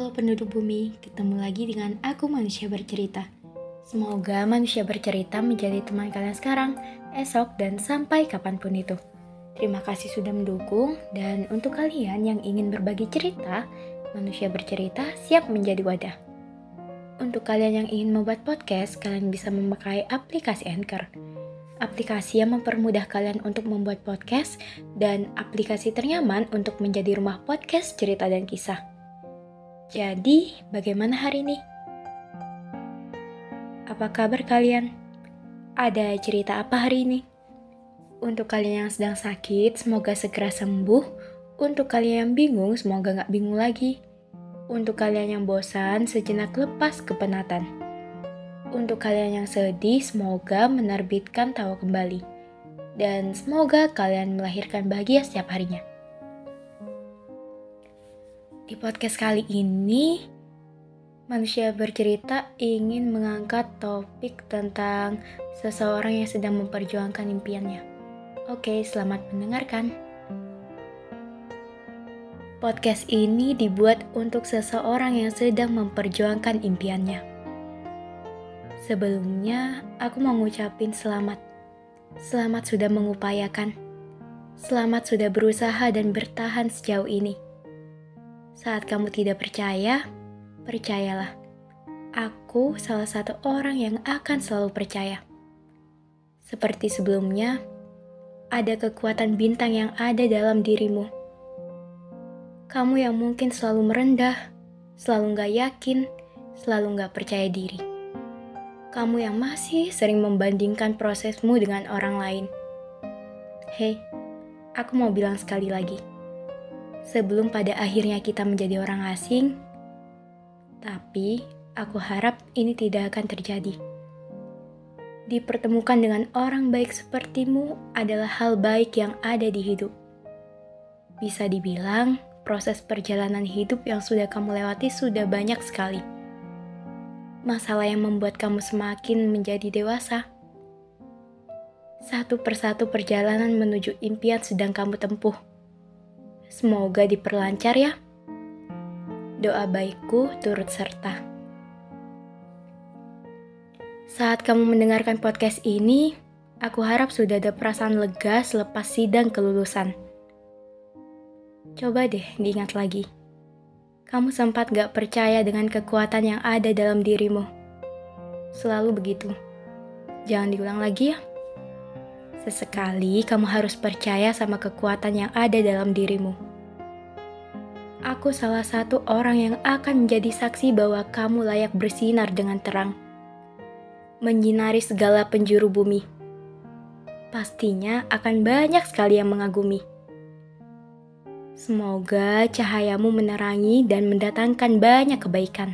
Halo penduduk bumi, ketemu lagi dengan aku Manusia Bercerita. Semoga Manusia Bercerita menjadi teman kalian sekarang, esok, dan sampai kapanpun itu. Terima kasih sudah mendukung, dan untuk kalian yang ingin berbagi cerita, Manusia Bercerita siap menjadi wadah. Untuk kalian yang ingin membuat podcast, kalian bisa memakai aplikasi Anchor. Aplikasi yang mempermudah kalian untuk membuat podcast, dan aplikasi ternyaman untuk menjadi rumah podcast cerita dan kisah. Jadi, bagaimana hari ini? Apa kabar kalian? Ada cerita apa hari ini? Untuk kalian yang sedang sakit, semoga segera sembuh. Untuk kalian yang bingung, semoga gak bingung lagi. Untuk kalian yang bosan, sejenak lepas kepenatan. Untuk kalian yang sedih, semoga menerbitkan tawa kembali. Dan semoga kalian melahirkan bahagia setiap harinya. Di podcast kali ini, Manusia Bercerita ingin mengangkat topik tentang seseorang yang sedang memperjuangkan impiannya. Oke, selamat mendengarkan. Podcast ini dibuat untuk seseorang yang sedang memperjuangkan impiannya. Sebelumnya, aku mau ngucapin selamat. Selamat sudah mengupayakan. Selamat sudah berusaha dan bertahan sejauh ini. Saat kamu tidak percaya, percayalah. Aku salah satu orang yang akan selalu percaya. Seperti sebelumnya, ada kekuatan bintang yang ada dalam dirimu. Kamu yang mungkin selalu merendah, selalu gak yakin, selalu gak percaya diri. Kamu yang masih sering membandingkan prosesmu dengan orang lain. Hei, aku mau bilang sekali lagi. Sebelum pada akhirnya kita menjadi orang asing, tapi aku harap ini tidak akan terjadi. Dipertemukan dengan orang baik sepertimu adalah hal baik yang ada di hidup. Bisa dibilang, proses perjalanan hidup yang sudah kamu lewati sudah banyak sekali. Masalah yang membuat kamu semakin menjadi dewasa. Satu persatu perjalanan menuju impian sedang kamu tempuh. Semoga diperlancar ya. Doa baikku turut serta. Saat kamu mendengarkan podcast ini, aku harap sudah ada perasaan lega selepas sidang kelulusan. Coba deh diingat lagi. Kamu sempat gak percaya dengan kekuatan yang ada dalam dirimu. Selalu begitu. Jangan diulang lagi ya. Sesekali kamu harus percaya sama kekuatan yang ada dalam dirimu. Aku salah satu orang yang akan menjadi saksi bahwa kamu layak bersinar dengan terang. Menyinari segala penjuru bumi. Pastinya akan banyak sekali yang mengagumi. Semoga cahayamu menerangi dan mendatangkan banyak kebaikan.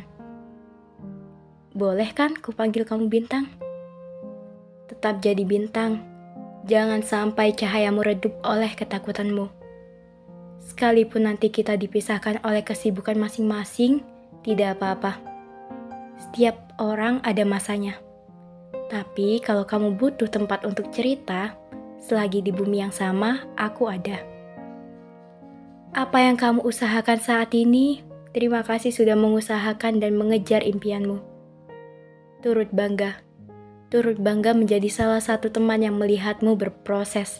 Boleh kan kupanggil kamu bintang? Tetap jadi bintang. Jangan sampai cahayamu redup oleh ketakutanmu. Sekalipun nanti kita dipisahkan oleh kesibukan masing-masing, tidak apa-apa. Setiap orang ada masanya. Tapi kalau kamu butuh tempat untuk cerita, selagi di bumi yang sama, aku ada. Apa yang kamu usahakan saat ini, terima kasih sudah mengusahakan dan mengejar impianmu. Turut bangga menjadi salah satu teman yang melihatmu berproses.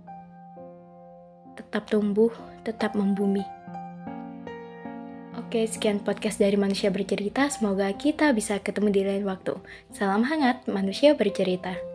Tetap tumbuh, tetap membumi. Oke, sekian podcast dari Manusia Bercerita. Semoga kita bisa ketemu di lain waktu. Salam hangat, Manusia Bercerita.